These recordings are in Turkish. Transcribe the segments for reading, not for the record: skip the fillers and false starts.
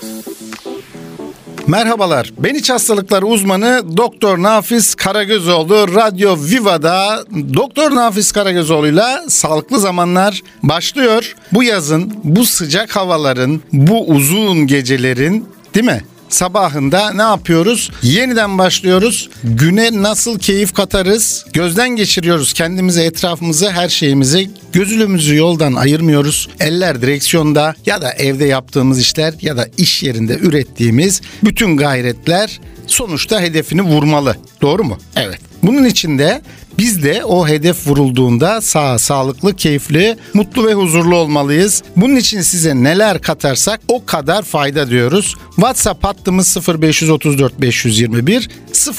Merhabalar, ben iç hastalıkları uzmanı Doktor Nafiz Karagözoğlu. Radyo Viva'da Doktor Nafiz Karagözoğlu'yla Sağlıklı Zamanlar başlıyor. Bu yazın, bu sıcak havaların, bu uzun gecelerin, değil mi? Sabahında ne yapıyoruz? Yeniden başlıyoruz. Güne nasıl keyif katarız? Gözden geçiriyoruz kendimizi, etrafımızı, her şeyimizi. Gözümüzü yoldan ayırmıyoruz. Eller direksiyonda ya da evde yaptığımız işler ya da iş yerinde ürettiğimiz bütün gayretler sonuçta hedefini vurmalı. Doğru mu? Evet. Bunun için de biz de o hedef vurulduğunda sağlıklı, keyifli, mutlu ve huzurlu olmalıyız. Bunun için size neler katarsak o kadar fayda diyoruz. WhatsApp hattımız 0534 521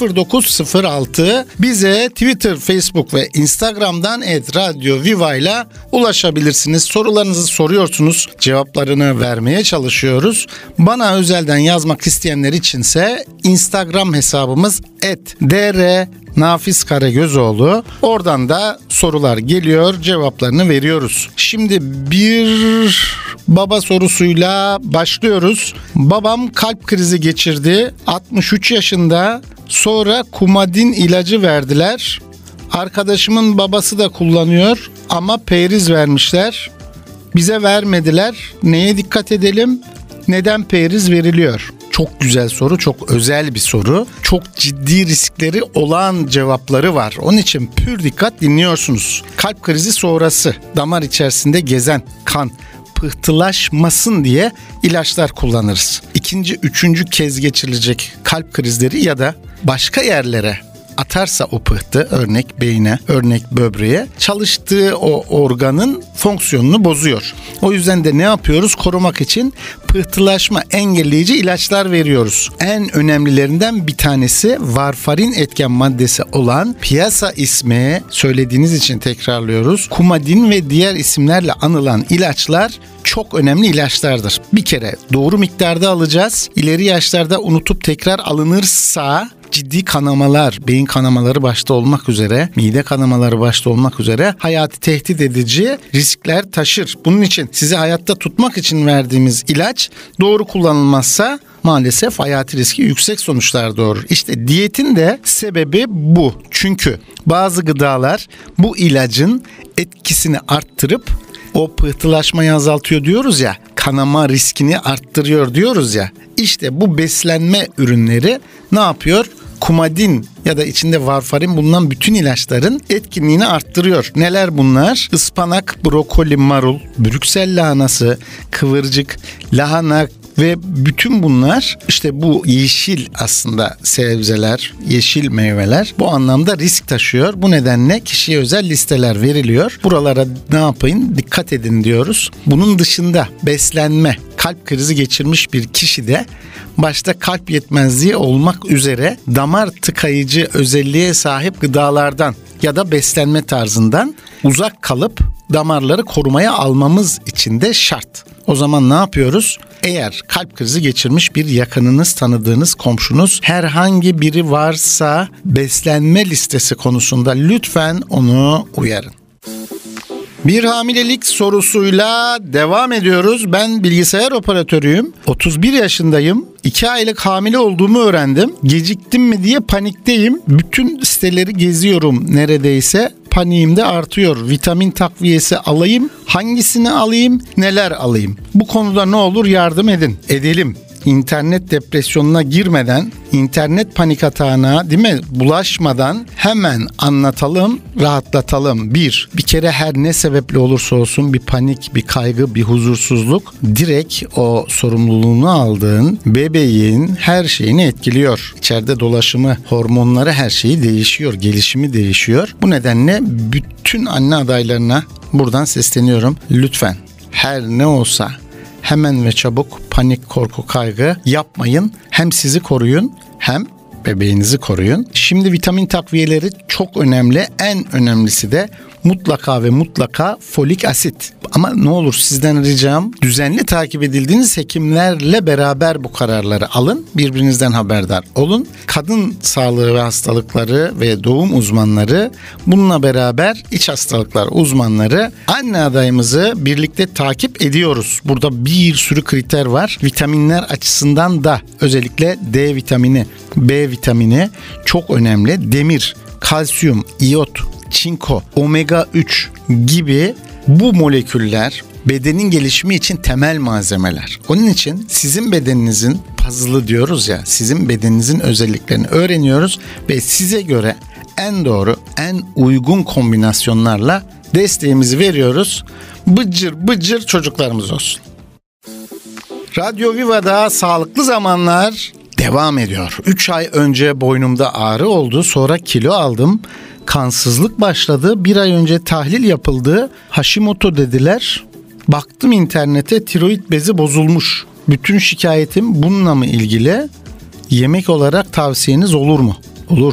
0906. Bize Twitter, Facebook ve Instagram'dan @Radyo Viva ile ulaşabilirsiniz. Sorularınızı soruyorsunuz, cevaplarını vermeye çalışıyoruz. Bana özelden yazmak isteyenler içinse Instagram hesabımız @Nafiz Karagözoğlu. Oradan da sorular geliyor, cevaplarını veriyoruz. Şimdi bir baba sorusuyla başlıyoruz. Babam kalp krizi geçirdi. 63 yaşında. Sonra Coumadin ilacı verdiler. Arkadaşımın babası da kullanıyor ama peyriz vermişler. Bize vermediler. Neye dikkat edelim? Neden peyriz veriliyor? Çok güzel soru, çok özel bir soru. Çok ciddi riskleri olan cevapları var. Onun için pür dikkat dinliyorsunuz. Kalp krizi sonrası damar içerisinde gezen kan pıhtılaşmasın diye ilaçlar kullanırız. İkinci, üçüncü kez geçirilecek kalp krizleri ya da başka yerlere atarsa o pıhtı, örnek beyne, örnek böbreğe, çalıştığı o organın fonksiyonunu bozuyor. O yüzden de ne yapıyoruz? Korumak için pıhtılaşma engelleyici ilaçlar veriyoruz. En önemlilerinden bir tanesi varfarin etken maddesi olan, piyasa ismi söylediğiniz için tekrarlıyoruz, Coumadin ve diğer isimlerle anılan ilaçlar çok önemli ilaçlardır. Bir kere doğru miktarda alacağız. İleri yaşlarda unutup tekrar alınırsa ciddi kanamalar, beyin kanamaları başta olmak üzere, mide kanamaları başta olmak üzere hayati tehdit edici riskler taşır. Bunun için sizi hayatta tutmak için verdiğimiz ilaç doğru kullanılmazsa maalesef hayati riski yüksek sonuçlar doğurur. İşte diyetin de sebebi bu. Çünkü bazı gıdalar bu ilacın etkisini arttırıp o pıhtılaşmayı azaltıyor diyoruz ya, kanama riskini arttırıyor diyoruz ya. İşte bu beslenme ürünleri ne yapıyor? Coumadin ya da içinde varfarin bulunan bütün ilaçların etkinliğini arttırıyor. Neler bunlar? Ispanak, brokoli, marul, Brüksel lahanası, kıvırcık, lahana ve bütün bunlar işte bu yeşil aslında sebzeler, yeşil meyveler bu anlamda risk taşıyor. Bu nedenle kişiye özel listeler veriliyor. Buralara ne yapın? Dikkat edin diyoruz. Bunun dışında beslenme, kalp krizi geçirmiş bir kişi de başta kalp yetmezliği olmak üzere damar tıkayıcı özelliğe sahip gıdalardan ya da beslenme tarzından uzak kalıp damarları korumaya almamız için de şart. O zaman ne yapıyoruz? Eğer kalp krizi geçirmiş bir yakınınız, tanıdığınız, komşunuz herhangi biri varsa beslenme listesi konusunda lütfen onu uyarın. Bir hamilelik sorusuyla devam ediyoruz. Ben bilgisayar operatörüyüm. 31 yaşındayım. 2 aylık hamile olduğumu öğrendim. Geciktim mi diye panikteyim. Bütün siteleri geziyorum neredeyse. Paniğim de artıyor. Vitamin takviyesi alayım. Hangisini alayım? Neler alayım? Bu konuda ne olur yardım edin. Edelim. İnternet depresyonuna girmeden, internet panik atağına değil mi bulaşmadan hemen anlatalım, rahatlatalım. Bir kere her ne sebeple olursa olsun bir panik, bir kaygı, bir huzursuzluk direkt o sorumluluğunu aldığın bebeğin her şeyini etkiliyor. İçeride dolaşımı, hormonları her şeyi değişiyor, gelişimi değişiyor. Bu nedenle bütün anne adaylarına buradan sesleniyorum. Lütfen her ne olsa hemen ve çabuk panik, korku, kaygı yapmayın. Hem sizi koruyun hem bebeğinizi koruyun. Şimdi vitamin takviyeleri çok önemli. En önemlisi de mutlaka ve mutlaka folik asit. Ama ne olur sizden ricam düzenli takip edildiğiniz hekimlerle beraber bu kararları alın. Birbirinizden haberdar olun. Kadın sağlığı ve hastalıkları ve doğum uzmanları, bununla beraber iç hastalıklar uzmanları anne adayımızı birlikte takip ediyoruz. Burada bir sürü kriter var. Vitaminler açısından da özellikle D vitamini, B vitamini çok önemli. Demir, kalsiyum, iyot, çinko, omega 3 gibi bu moleküller bedenin gelişimi için temel malzemeler. Onun için sizin bedeninizin puzzle'ı diyoruz ya, sizin bedeninizin özelliklerini öğreniyoruz ve size göre en doğru, en uygun kombinasyonlarla desteğimizi veriyoruz. Bıcır bıcır çocuklarımız olsun. Radyo Viva'da Sağlıklı Zamanlar devam ediyor. 3 ay önce boynumda ağrı oldu, sonra kilo aldım. Kansızlık başladı. 1 ay önce tahlil yapıldı. Hashimoto dediler. Baktım internete, tiroid bezi bozulmuş. Bütün şikayetim bununla mı ilgili? Yemek olarak tavsiyeniz olur mu? Olur.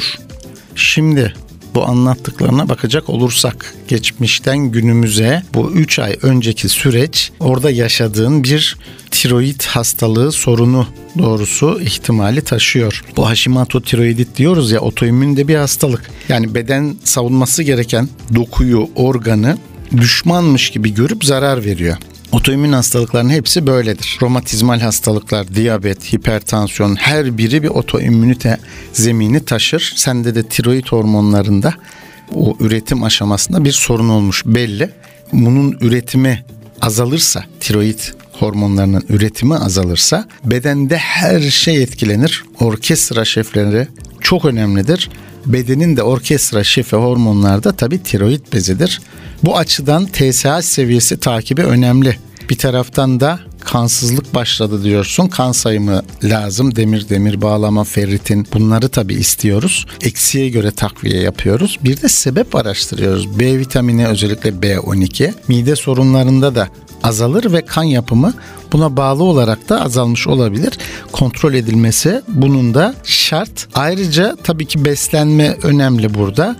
Şimdi bu anlattıklarına bakacak olursak, geçmişten günümüze bu 3 ay önceki süreç, orada yaşadığın bir tiroid hastalığı sorunu doğrusu ihtimali taşıyor. Bu Hashimoto tiroidit diyoruz ya, otoimmün de bir hastalık. Yani beden savunması gereken dokuyu, organı düşmanmış gibi görüp zarar veriyor. Otoimmün hastalıkların hepsi böyledir. Romatizmal hastalıklar, diyabet, hipertansiyon, her biri bir otoimmünite zemini taşır. Sende de tiroid hormonlarında o üretim aşamasında bir sorun olmuş belli. Bunun üretimi azalırsa, tiroid hormonlarının üretimi azalırsa bedende her şey etkilenir. Orkestra şefleri çok önemlidir. Bedenin de orkestra şefi hormonlarda tabii tiroid bezidir. Bu açıdan TSH seviyesi takibi önemli. Bir taraftan da kansızlık başladı diyorsun. Kan sayımı lazım. Demir bağlama, ferritin, bunları tabii istiyoruz. Eksiğe göre takviye yapıyoruz. Bir de sebep araştırıyoruz. B vitamini, özellikle B12 mide sorunlarında da azalır ve kan yapımı buna bağlı olarak da azalmış olabilir. Kontrol edilmesi bunun da şart. Ayrıca tabii ki beslenme önemli burada.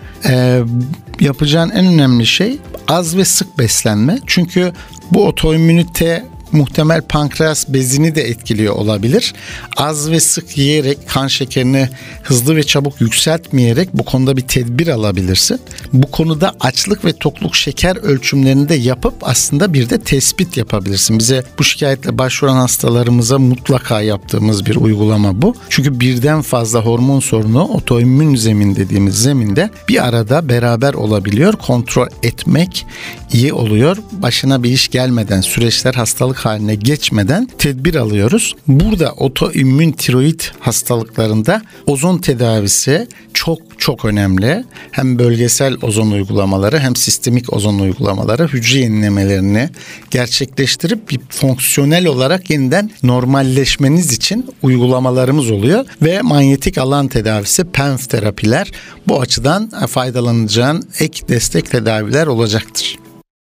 Yapacağın en önemli şey az ve sık beslenme. Çünkü bu otoimmünite muhtemel pankreas bezini de etkiliyor olabilir. Az ve sık yiyerek, kan şekerini hızlı ve çabuk yükseltmeyerek bu konuda bir tedbir alabilirsin. Bu konuda açlık ve tokluk şeker ölçümlerini de yapıp aslında bir de tespit yapabilirsin. Bize bu şikayetle başvuran hastalarımıza mutlaka yaptığımız bir uygulama bu. Çünkü birden fazla hormon sorunu otoimmün zemin dediğimiz zeminde bir arada beraber olabiliyor. Kontrol etmek iyi oluyor. Başına bir iş gelmeden, süreçler hastalık haline geçmeden tedbir alıyoruz. Burada otoimmün tiroid hastalıklarında ozon tedavisi çok önemli. Hem bölgesel ozon uygulamaları hem sistemik ozon uygulamaları, hücre yenilemelerini gerçekleştirip bir fonksiyonel olarak yeniden normalleşmeniz için uygulamalarımız oluyor ve manyetik alan tedavisi, PENF terapiler bu açıdan faydalanacağın ek destek tedaviler olacaktır.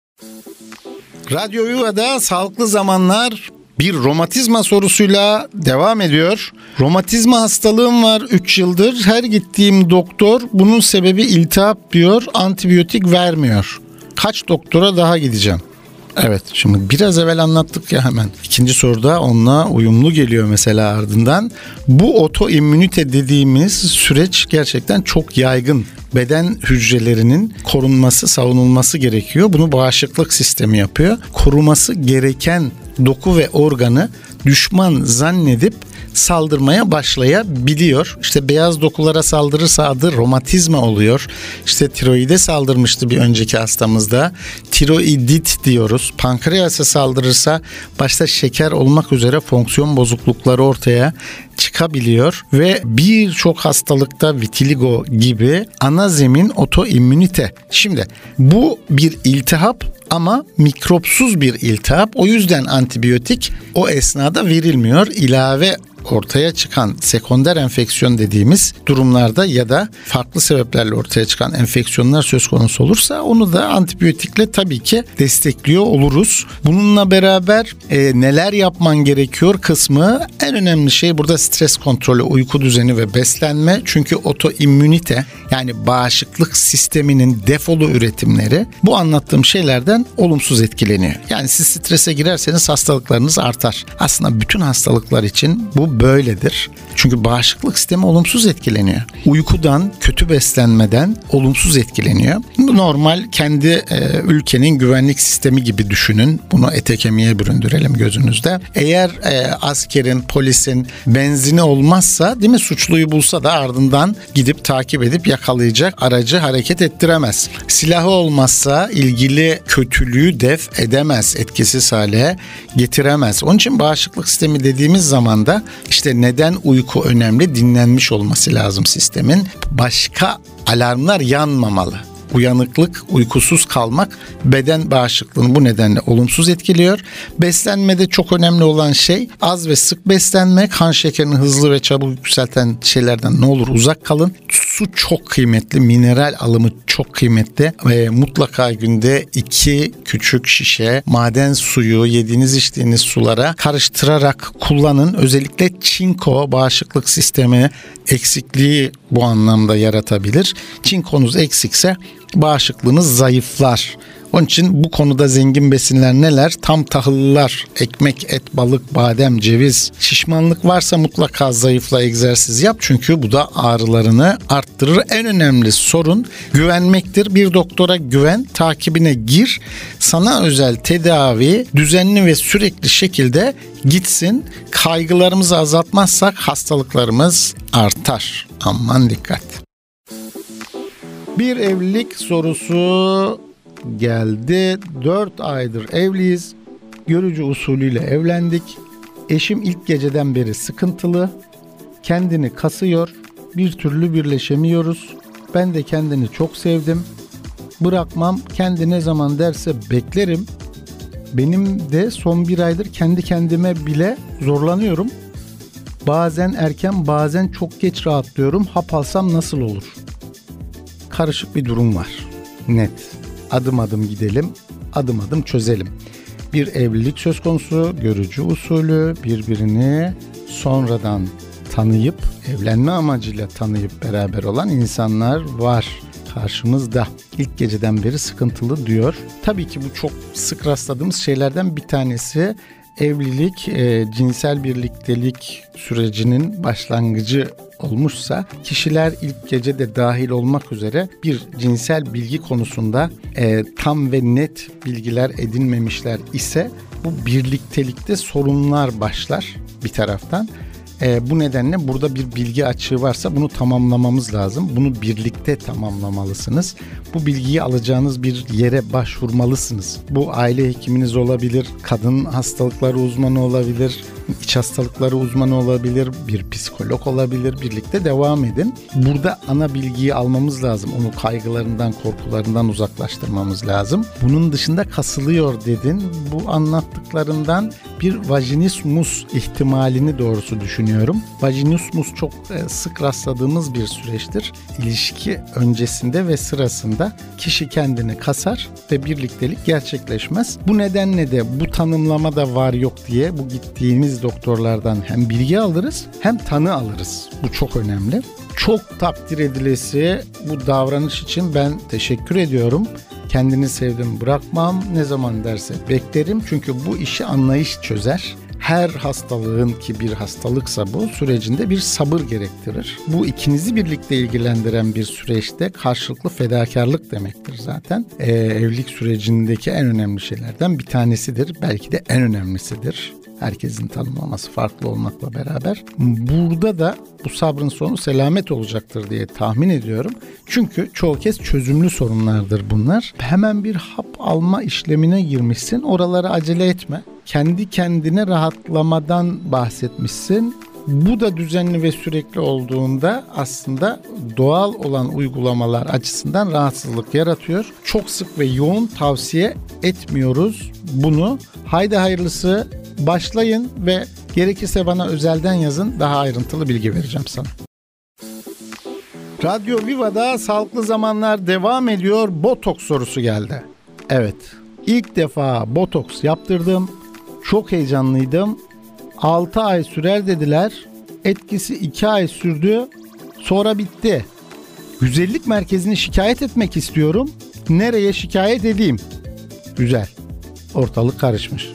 Radyo Viva'da Sağlıklı Zamanlar bir romatizma sorusuyla devam ediyor. Romatizma hastalığım var 3 yıldır. Her gittiğim doktor bunun sebebi iltihap diyor, antibiyotik vermiyor. Kaç doktora daha gideceğim? Evet, şimdi biraz evvel anlattık ya hemen. İkinci soruda onunla uyumlu geliyor mesela ardından. Bu otoimmünite dediğimiz süreç gerçekten çok yaygın. Beden hücrelerinin korunması, savunulması gerekiyor. Bunu bağışıklık sistemi yapıyor. Koruması gereken doku ve organı düşman zannedip saldırmaya başlayabiliyor. İşte beyaz dokulara saldırırsa adı romatizma oluyor. İşte tiroide saldırmıştı bir önceki hastamızda. Tiroidit diyoruz. Pankreasa saldırırsa başta şeker olmak üzere fonksiyon bozuklukları ortaya çıkabiliyor ve birçok hastalıkta vitiligo gibi ana zemin otoimmünite. Şimdi bu bir iltihap ama mikropsuz bir iltihap. O yüzden antibiyotik o esnada verilmiyor. İlave ortaya çıkan sekonder enfeksiyon dediğimiz durumlarda ya da farklı sebeplerle ortaya çıkan enfeksiyonlar söz konusu olursa onu da antibiyotikle tabii ki destekliyor oluruz. Bununla beraber neler yapman gerekiyor kısmı, en önemli şey burada stres kontrolü, uyku düzeni ve beslenme. Çünkü otoimmünite, yani bağışıklık sisteminin defolu üretimleri bu anlattığım şeylerden olumsuz etkileniyor. Yani siz strese girerseniz hastalıklarınız artar. Aslında bütün hastalıklar için bu böyledir. Çünkü bağışıklık sistemi olumsuz etkileniyor. Uykudan, kötü beslenmeden olumsuz etkileniyor. Bu normal kendi ülkenin güvenlik sistemi gibi düşünün. Bunu ete kemiğe büründürelim gözünüzde. Eğer askerin, polisin benzini olmazsa, değil mi, suçluyu bulsa da ardından gidip takip edip yakalayacak aracı hareket ettiremez. Silahı olmazsa ilgili kötülüğü def edemez, etkisiz hale getiremez. Onun için bağışıklık sistemi dediğimiz zaman da işte neden uyku önemli? Dinlenmiş olması lazım sistemin. Başka alarmlar yanmamalı. Uyanıklık, uykusuz kalmak beden bağışıklığını bu nedenle olumsuz etkiliyor. Beslenmede çok önemli olan şey az ve sık beslenmek. Kan şekerini hızlı ve çabuk yükselten şeylerden ne olur uzak kalın. Su çok kıymetli, mineral alımı çok kıymetli. Mutlaka günde 2 küçük şişe maden suyu yediğiniz içtiğiniz sulara karıştırarak kullanın. Özellikle çinko bağışıklık sistemi eksikliği bu anlamda yaratabilir. Çinkonuz eksikse bağışıklığınız zayıflar. Onun için bu konuda zengin besinler neler? Tam tahıllar, ekmek, et, balık, badem, ceviz. Şişmanlık varsa mutlaka zayıfla, egzersiz yap. Çünkü bu da ağrılarını arttırır. En önemli sorun güvenmektir. Bir doktora güven, takibine gir. Sana özel tedavi düzenli ve sürekli şekilde gitsin. Kaygılarımızı azaltmazsak hastalıklarımız artar. Aman dikkat. Bir evlilik sorusu geldi. 4 aydır evliyiz. Görücü usulüyle evlendik. Eşim ilk geceden beri sıkıntılı. Kendini kasıyor. Bir türlü birleşemiyoruz. Ben de kendini çok sevdim. Bırakmam. Kendi ne zaman derse beklerim. Benim de son 1 aydır kendi kendime bile zorlanıyorum. Bazen erken, bazen çok geç rahatlıyorum. Hap alsam nasıl olur? Karışık bir durum var. Net. Adım adım gidelim, adım adım çözelim. Bir evlilik söz konusu, görücü usulü, birbirini sonradan tanıyıp, evlenme amacıyla tanıyıp beraber olan insanlar var karşımızda. İlk geceden beri sıkıntılı diyor. Tabii ki bu çok sık rastladığımız şeylerden bir tanesi. Evlilik, cinsel birliktelik sürecinin başlangıcı olmuşsa, kişiler ilk gece de dahil olmak üzere bir cinsel bilgi konusunda tam ve net bilgiler edinmemişler ise bu birliktelikte sorunlar başlar bir taraftan. Bu nedenle burada bir bilgi açığı varsa bunu tamamlamamız lazım. Bunu birlikte tamamlamalısınız. Bu bilgiyi alacağınız bir yere başvurmalısınız. Bu aile hekiminiz olabilir, kadın hastalıkları uzmanı olabilir, iç hastalıkları uzmanı olabilir, bir psikolog olabilir. Birlikte devam edin. Burada ana bilgiyi almamız lazım. Onu kaygılarından, korkularından uzaklaştırmamız lazım. Bunun dışında kasılıyor dedin. Bu anlattıklarından bir vajinismus ihtimalini doğrusu düşünüyorum. Vajinismus çok sık rastladığımız bir süreçtir. İlişki öncesinde ve sırasında kişi kendini kasar ve birliktelik gerçekleşmez. Bu nedenle de bu tanımlama da var yok diye bu gittiğimiz doktorlardan hem bilgi alırız hem tanı alırız. Bu çok önemli. Çok takdir edilesi bu davranış için ben teşekkür ediyorum. Kendini sevdim, bırakmam, ne zaman derse beklerim. Çünkü bu işi anlayış çözer. Her hastalığın, ki bir hastalıksa bu, sürecinde bir sabır gerektirir. Bu ikinizi birlikte ilgilendiren bir süreçte karşılıklı fedakarlık demektir zaten. Evlilik sürecindeki en önemli şeylerden bir tanesidir. Belki de en önemlisidir. Herkesin tanımlaması farklı olmakla beraber. Burada da bu sabrın sonu selamet olacaktır diye tahmin ediyorum. Çünkü çoğu kez çözümlü sorunlardır bunlar. Hemen bir hap alma işlemine girmişsin. Oralara acele etme. Kendi kendine rahatlamadan bahsetmişsin. Bu da düzenli ve sürekli olduğunda aslında doğal olan uygulamalar açısından rahatsızlık yaratıyor. Çok sık ve yoğun tavsiye etmiyoruz bunu. Haydi hayırlısı, başlayın ve Gerekirse bana özelden yazın, daha ayrıntılı bilgi vereceğim sana. Radyo Viva'da Sağlıklı Zamanlar devam ediyor. Botoks sorusu geldi. Evet, ilk defa botoks yaptırdım. Çok heyecanlıydım. 6 ay sürer dediler. Etkisi 2 ay sürdü. Sonra bitti. Güzellik merkezine şikayet etmek istiyorum. Nereye şikayet edeyim? Güzel. Ortalık karışmış.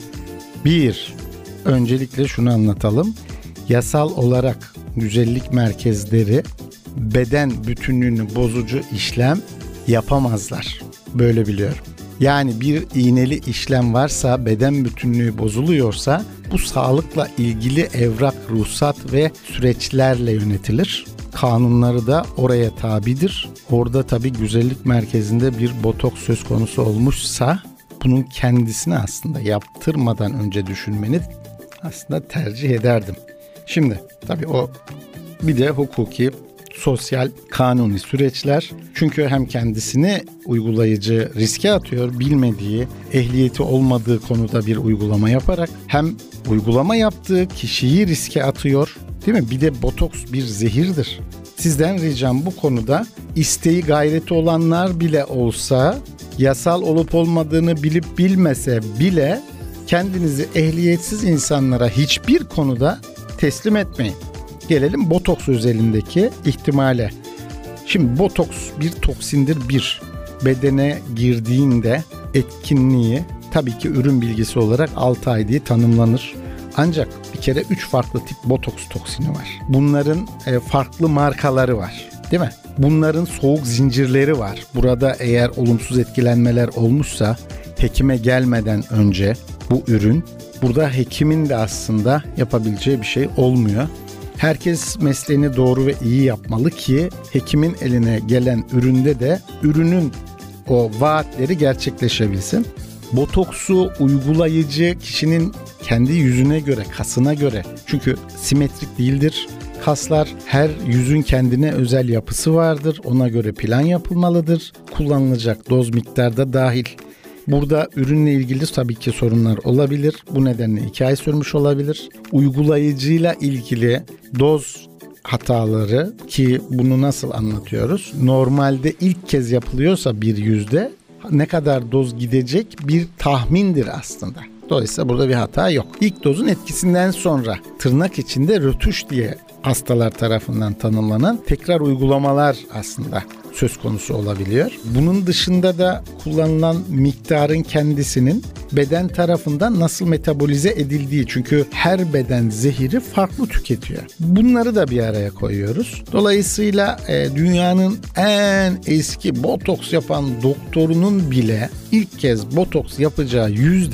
1. Öncelikle şunu anlatalım. Yasal olarak güzellik merkezleri beden bütünlüğünü bozucu işlem yapamazlar. Böyle biliyorum. Yani bir iğneli işlem varsa, beden bütünlüğü bozuluyorsa bu sağlıkla ilgili evrak, ruhsat ve süreçlerle yönetilir. Kanunları da oraya tabidir. Orada tabii güzellik merkezinde bir botoks söz konusu olmuşsa bunun kendisini aslında yaptırmadan önce düşünmeni aslında tercih ederdim. Şimdi tabii o bir de hukuki, sosyal, kanuni süreçler. Çünkü hem kendisini uygulayıcı riske atıyor, bilmediği, ehliyeti olmadığı konuda bir uygulama yaparak, hem uygulama yaptığı kişiyi riske atıyor, değil mi? Bir de botoks bir zehirdir. Sizden ricam bu konuda isteği, gayreti olanlar bile olsa, yasal olup olmadığını bilip bilmese bile kendinizi ehliyetsiz insanlara hiçbir konuda teslim etmeyin. Gelelim botoks özelindeki ihtimale. Şimdi botoks bir toksindir bir. Bedene girdiğinde etkinliği tabii ki ürün bilgisi olarak 6 ay diye tanımlanır. Ancak bir kere 3 farklı tip botoks toksini var. Bunların farklı markaları var, değil mi? Bunların soğuk zincirleri var. Burada eğer olumsuz etkilenmeler olmuşsa hekime gelmeden önce bu ürün, burada hekimin de aslında yapabileceği bir şey olmuyor. Herkes mesleğini doğru ve iyi yapmalı ki hekimin eline gelen üründe de ürünün o vaatleri gerçekleşebilsin. Botoksu uygulayıcı kişinin kendi yüzüne göre, kasına göre, çünkü simetrik değildir. Kaslar, her yüzün kendine özel yapısı vardır. Ona göre plan yapılmalıdır. Kullanılacak doz miktarda dahil. Burada ürünle ilgili tabii ki sorunlar olabilir. Bu nedenle 2 ay sürmüş olabilir. Uygulayıcıyla ilgili doz hataları, ki bunu nasıl anlatıyoruz? Normalde ilk kez yapılıyorsa bir yüzde ne kadar doz gidecek bir tahmindir aslında. Dolayısıyla burada bir hata yok. İlk dozun etkisinden sonra tırnak içinde rötuş diye hastalar tarafından tanımlanan tekrar uygulamalar aslında söz konusu olabiliyor. Bunun dışında da kullanılan miktarın kendisinin beden tarafından nasıl metabolize edildiği, çünkü her beden zehiri farklı tüketiyor. Bunları da bir araya koyuyoruz. Dolayısıyla dünyanın en eski botoks yapan doktorunun bile ilk kez botoks yapacağı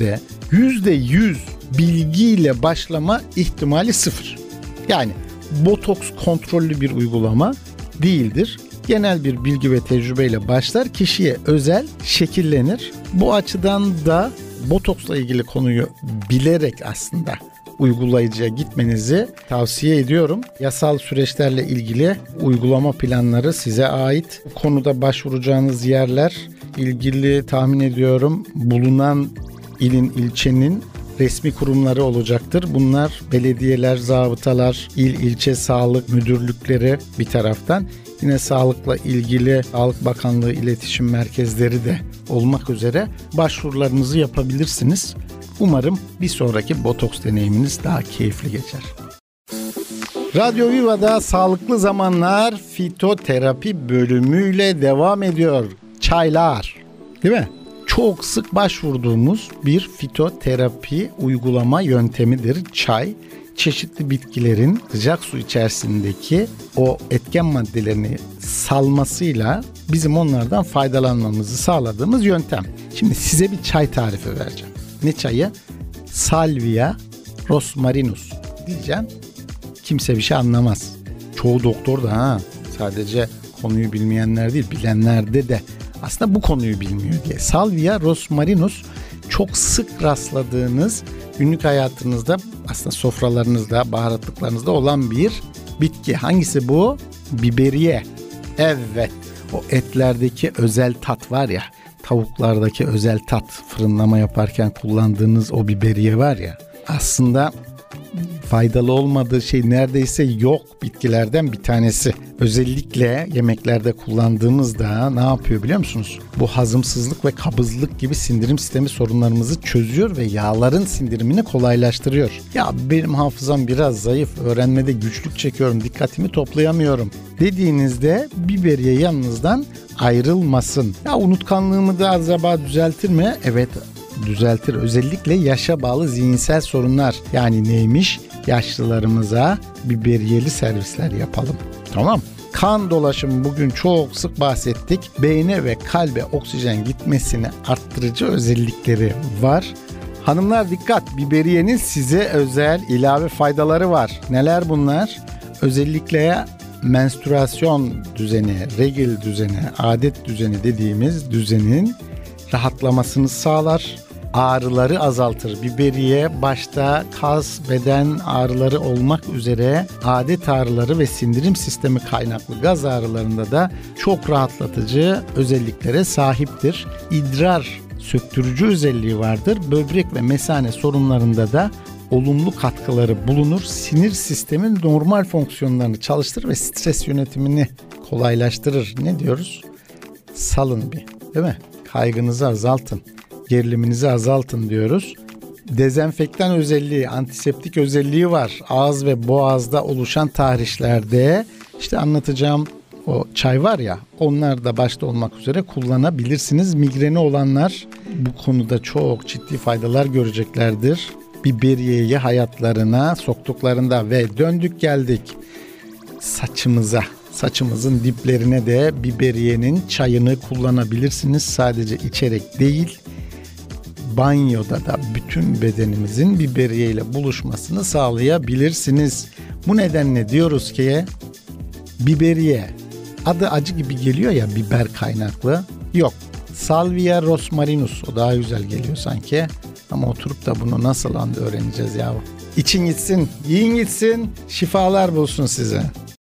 %100 bilgiyle başlama ihtimali 0. Yani botoks kontrollü bir uygulama değildir. Genel bir bilgi ve tecrübeyle başlar, kişiye özel şekillenir. Bu açıdan da botoksla ilgili konuyu bilerek aslında uygulayıcıya gitmenizi tavsiye ediyorum. Yasal süreçlerle ilgili uygulama planları size ait. Bu konuda başvuracağınız yerler ilgili, tahmin ediyorum, bulunan ilin, ilçenin resmi kurumları olacaktır. Bunlar belediyeler, zabıtalar, ilçe sağlık müdürlükleri bir taraftan. Yine sağlıkla ilgili Sağlık Bakanlığı iletişim merkezleri de olmak üzere başvurularınızı yapabilirsiniz. Umarım bir sonraki botoks deneyiminiz daha keyifli geçer. Radyo Viva'da Sağlıklı Zamanlar fitoterapi bölümüyle devam ediyor. Çaylar, değil mi? Çok sık başvurduğumuz bir fitoterapi uygulama yöntemidir çay. Çeşitli bitkilerin sıcak su içerisindeki o etken maddelerini salmasıyla bizim onlardan faydalanmamızı sağladığımız yöntem. Şimdi size bir çay tarifi vereceğim. Ne çayı? Salvia rosmarinus diyeceğim. Kimse bir şey anlamaz. Çoğu doktor da sadece konuyu bilmeyenler değil, bilenlerde de aslında bu konuyu bilmiyor diye. Salvia rosmarinus çok sık rastladığınız, günlük hayatınızda aslında sofralarınızda, baharatlıklarınızda olan bir bitki. Hangisi bu? Biberiye. Evet. O etlerdeki özel tat var ya, tavuklardaki özel tat, fırınlama yaparken kullandığınız o biberiye var ya, aslında faydalı olmadığı şey neredeyse yok bitkilerden bir tanesi. Özellikle yemeklerde kullandığımızda ne yapıyor biliyor musunuz? Bu hazımsızlık ve kabızlık gibi sindirim sistemi sorunlarımızı çözüyor ve yağların sindirimini kolaylaştırıyor. Ya benim hafızam biraz zayıf, öğrenmede güçlük çekiyorum, dikkatimi toplayamıyorum dediğinizde biberiye yanınızdan ayrılmasın. Ya unutkanlığımı da acaba düzeltir mi? Evet, düzeltir. Özellikle yaşa bağlı zihinsel sorunlar. Yani neymiş? Yaşlılarımıza biberiyeli servisler yapalım. Tamam. Kan dolaşımı bugün çok sık bahsettik. Beyne ve kalbe oksijen gitmesini arttırıcı özellikleri var. Hanımlar dikkat! Biberiyenin size özel ilave faydaları var. Neler bunlar? Özellikle menstrüasyon düzeni, regl düzeni, adet düzeni dediğimiz düzenin rahatlamasını sağlar. Ağrıları azaltır. Biberiye başta kas, beden ağrıları olmak üzere adet ağrıları ve sindirim sistemi kaynaklı gaz ağrılarında da çok rahatlatıcı özelliklere sahiptir. İdrar söktürücü özelliği vardır. Böbrek ve mesane sorunlarında da olumlu katkıları bulunur. Sinir sistemin normal fonksiyonlarını çalıştırır ve stres yönetimini kolaylaştırır. Ne diyoruz? Salın bir, değil mi? Kaygınızı azaltın. Geriliminizi azaltın diyoruz. Dezenfektan özelliği, antiseptik özelliği var. Ağız ve boğazda oluşan tahrişlerde işte anlatacağım o çay var ya, onlar da başta olmak üzere kullanabilirsiniz. Migreni olanlar bu konuda çok ciddi faydalar göreceklerdir. Biberiyeyi hayatlarına soktuklarında ve döndük geldik saçımıza. Saçımızın diplerine de biberiyenin çayını kullanabilirsiniz. Sadece içerek değil, banyoda da bütün bedenimizin biberiye ile buluşmasını sağlayabilirsiniz. Bu nedenle diyoruz ki biberiye adı acı gibi geliyor ya, biber kaynaklı. Yok. Salvia rosmarinus, o daha güzel geliyor sanki. Ama oturup da bunu nasıl öğreneceğiz ya? İçin gitsin, yiyin gitsin, şifalar bulsun size.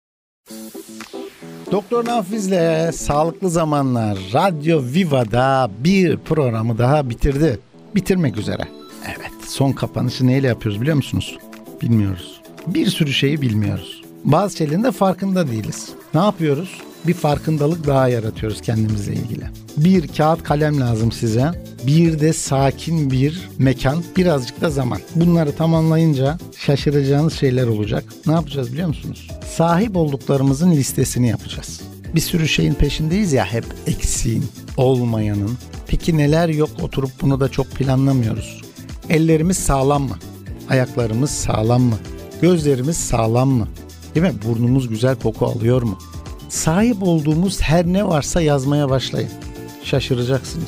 Doktor Nafiz'le Sağlıklı Zamanlar Radyo Viva'da bir programı daha bitirmek üzere. Evet, son kapanışı neyle yapıyoruz biliyor musunuz? Bilmiyoruz. Bir sürü şeyi bilmiyoruz. Bazı şeylerin de farkında değiliz. Ne yapıyoruz? Bir farkındalık daha yaratıyoruz kendimizle ilgili. Bir kağıt kalem lazım size. Bir de sakin bir mekan, birazcık da zaman. Bunları tamamlayınca şaşıracağınız şeyler olacak. Ne yapacağız biliyor musunuz? Sahip olduklarımızın listesini yapacağız. Bir sürü şeyin peşindeyiz ya, hep eksiğin, olmayanın. Peki neler yok, oturup bunu da çok planlamıyoruz. Ellerimiz sağlam mı? Ayaklarımız sağlam mı? Gözlerimiz sağlam mı? Değil mi? Burnumuz güzel koku alıyor mu? Sahip olduğumuz her ne varsa yazmaya başlayın. Şaşıracaksınız.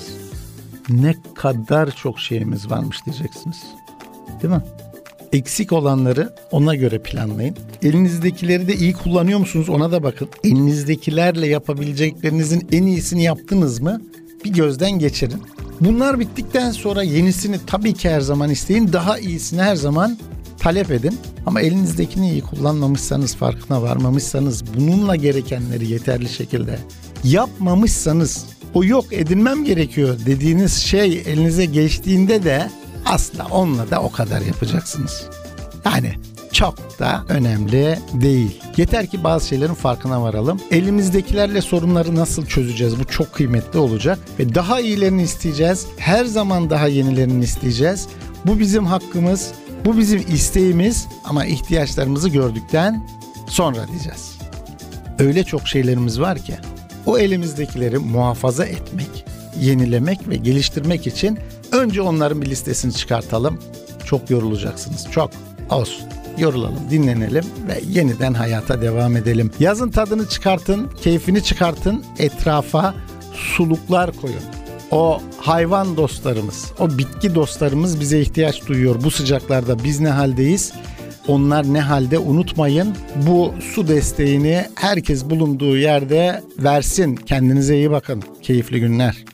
Ne kadar çok şeyimiz varmış diyeceksiniz. Değil mi? Eksik olanları ona göre planlayın. Elinizdekileri de iyi kullanıyor musunuz ona da bakın. Elinizdekilerle yapabileceklerinizin en iyisini yaptınız mı? Bir gözden geçirin. Bunlar bittikten sonra yenisini tabii ki her zaman isteyin. Daha iyisini her zaman talep edin. Ama elinizdekini iyi kullanmamışsanız, farkına varmamışsanız, bununla gerekenleri yeterli şekilde yapmamışsanız, o yok edinmem gerekiyor dediğiniz şey elinize geçtiğinde de asla onunla da o kadar yapacaksınız. Yani çok da önemli değil. Yeter ki bazı şeylerin farkına varalım. Elimizdekilerle sorunları nasıl çözeceğiz? Bu çok kıymetli olacak. Ve daha iyilerini isteyeceğiz. Her zaman daha yenilerini isteyeceğiz. Bu bizim hakkımız. Bu bizim isteğimiz. Ama ihtiyaçlarımızı gördükten sonra diyeceğiz. Öyle çok şeylerimiz var ki o elimizdekileri muhafaza etmek, yenilemek ve geliştirmek için önce onların bir listesini çıkartalım. Çok yorulacaksınız. Çok. Olsun. Yorulalım, dinlenelim ve yeniden hayata devam edelim. Yazın tadını çıkartın, keyfini çıkartın, etrafa suluklar koyun. O hayvan dostlarımız, o bitki dostlarımız bize ihtiyaç duyuyor. Bu sıcaklarda biz ne haldeyiz? Onlar ne halde, unutmayın. Bu su desteğini herkes bulunduğu yerde versin. Kendinize iyi bakın. Keyifli günler.